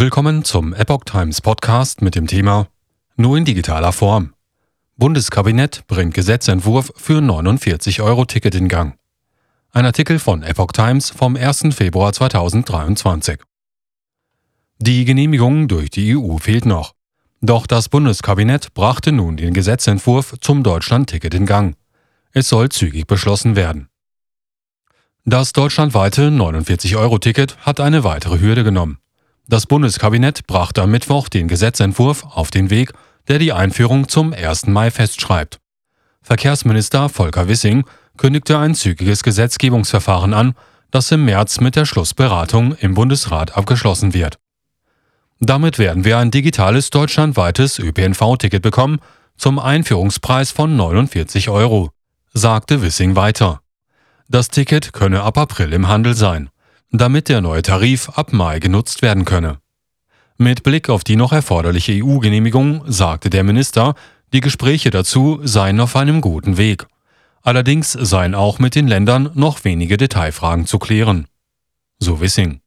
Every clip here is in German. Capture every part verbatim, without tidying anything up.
Willkommen zum Epoch Times Podcast mit dem Thema Nur in digitaler Form. Bundeskabinett bringt Gesetzentwurf für neunundvierzig Euro Ticket in Gang. Ein Artikel von Epoch Times vom ersten Februar zweitausenddreiundzwanzig. Die Genehmigung durch die E U fehlt noch. Doch das Bundeskabinett brachte nun den Gesetzentwurf zum Deutschland-Ticket in Gang. Es soll zügig beschlossen werden. Das deutschlandweite neunundvierzig Euro Ticket hat eine weitere Hürde genommen. Das Bundeskabinett brachte am Mittwoch den Gesetzentwurf auf den Weg, der die Einführung zum ersten Mai festschreibt. Verkehrsminister Volker Wissing kündigte ein zügiges Gesetzgebungsverfahren an, das im März mit der Schlussberatung im Bundesrat abgeschlossen wird. Damit werden wir ein digitales deutschlandweites Ö P N V-Ticket bekommen, zum Einführungspreis von neunundvierzig Euro, sagte Wissing weiter. Das Ticket könne ab April im Handel sein, damit der neue Tarif ab Mai genutzt werden könne. Mit Blick auf die noch erforderliche E U-Genehmigung sagte der Minister, die Gespräche dazu seien auf einem guten Weg. Allerdings seien auch mit den Ländern noch wenige Detailfragen zu klären. So Wissing.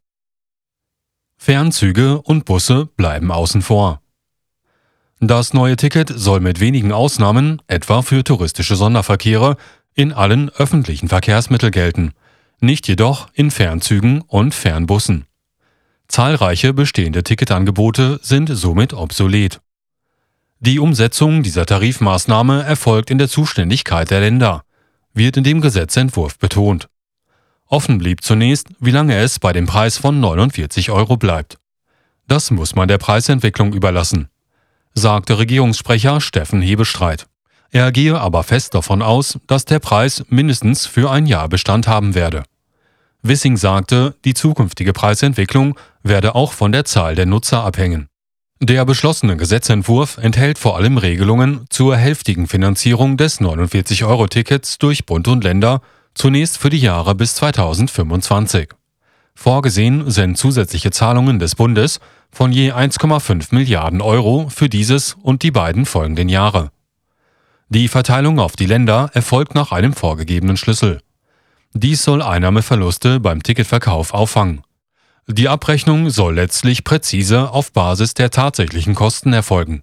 Fernzüge und Busse bleiben außen vor. Das neue Ticket soll mit wenigen Ausnahmen, etwa für touristische Sonderverkehre, in allen öffentlichen Verkehrsmitteln gelten, nicht jedoch in Fernzügen und Fernbussen. Zahlreiche bestehende Ticketangebote sind somit obsolet. Die Umsetzung dieser Tarifmaßnahme erfolgt in der Zuständigkeit der Länder, wird in dem Gesetzentwurf betont. Offen blieb zunächst, wie lange es bei dem Preis von neunundvierzig Euro bleibt. Das muss man der Preisentwicklung überlassen, sagte Regierungssprecher Steffen Hebestreit. Er gehe aber fest davon aus, dass der Preis mindestens für ein Jahr Bestand haben werde. Wissing sagte, die zukünftige Preisentwicklung werde auch von der Zahl der Nutzer abhängen. Der beschlossene Gesetzentwurf enthält vor allem Regelungen zur hälftigen Finanzierung des neunundvierzig Euro Tickets durch Bund und Länder, zunächst für die Jahre bis zweitausendfünfundzwanzig. Vorgesehen sind zusätzliche Zahlungen des Bundes von je eins Komma fünf Milliarden Euro für dieses und die beiden folgenden Jahre. Die Verteilung auf die Länder erfolgt nach einem vorgegebenen Schlüssel. Dies soll Einnahmeverluste beim Ticketverkauf auffangen. Die Abrechnung soll letztlich präzise auf Basis der tatsächlichen Kosten erfolgen.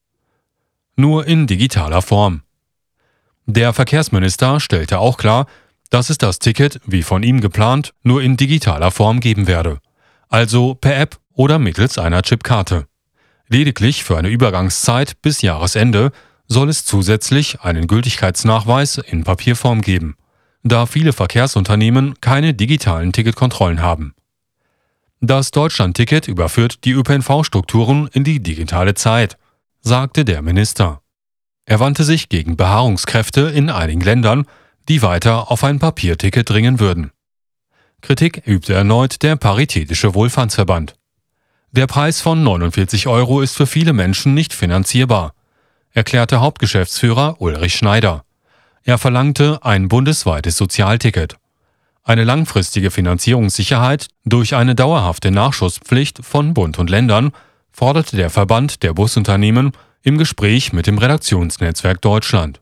Nur in digitaler Form. Der Verkehrsminister stellte auch klar, dass es das Ticket, wie von ihm geplant, nur in digitaler Form geben werde, also per App oder mittels einer Chipkarte. Lediglich für eine Übergangszeit bis Jahresende soll es zusätzlich einen Gültigkeitsnachweis in Papierform geben, da viele Verkehrsunternehmen keine digitalen Ticketkontrollen haben. Das Deutschland-Ticket überführt die Ö P N V-Strukturen in die digitale Zeit, sagte der Minister. Er wandte sich gegen Beharrungskräfte in einigen Ländern, die weiter auf ein Papierticket dringen würden. Kritik übte erneut der Paritätische Wohlfahrtsverband. Der Preis von neunundvierzig Euro ist für viele Menschen nicht finanzierbar, erklärte Hauptgeschäftsführer Ulrich Schneider. Er verlangte ein bundesweites Sozialticket. Eine langfristige Finanzierungssicherheit durch eine dauerhafte Nachschusspflicht von Bund und Ländern forderte der Verband der Busunternehmen im Gespräch mit dem Redaktionsnetzwerk Deutschland.